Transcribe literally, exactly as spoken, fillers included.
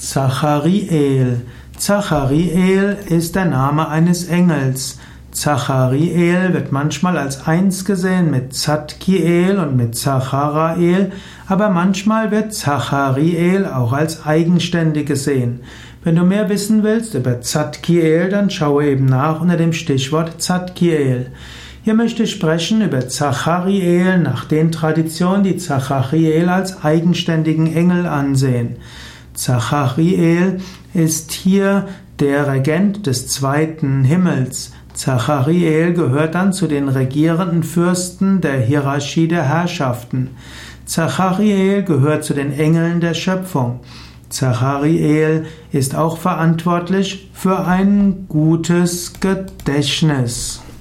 Zachariel. Zachariel ist der Name eines Engels. Zachariel wird manchmal als eins gesehen mit Zadkiel und mit Zacharael, aber manchmal wird Zachariel auch als eigenständig gesehen. Wenn du mehr wissen willst über Zadkiel, dann schaue eben nach unter dem Stichwort Zadkiel. Hier möchte ich sprechen über Zachariel nach den Traditionen, die Zachariel als eigenständigen Engel ansehen. Zachariel ist hier der Regent des zweiten Himmels. Zachariel gehört dann zu den regierenden Fürsten der Hierarchie der Herrschaften. Zachariel gehört zu den Engeln der Schöpfung. Zachariel ist auch verantwortlich für ein gutes Gedächtnis.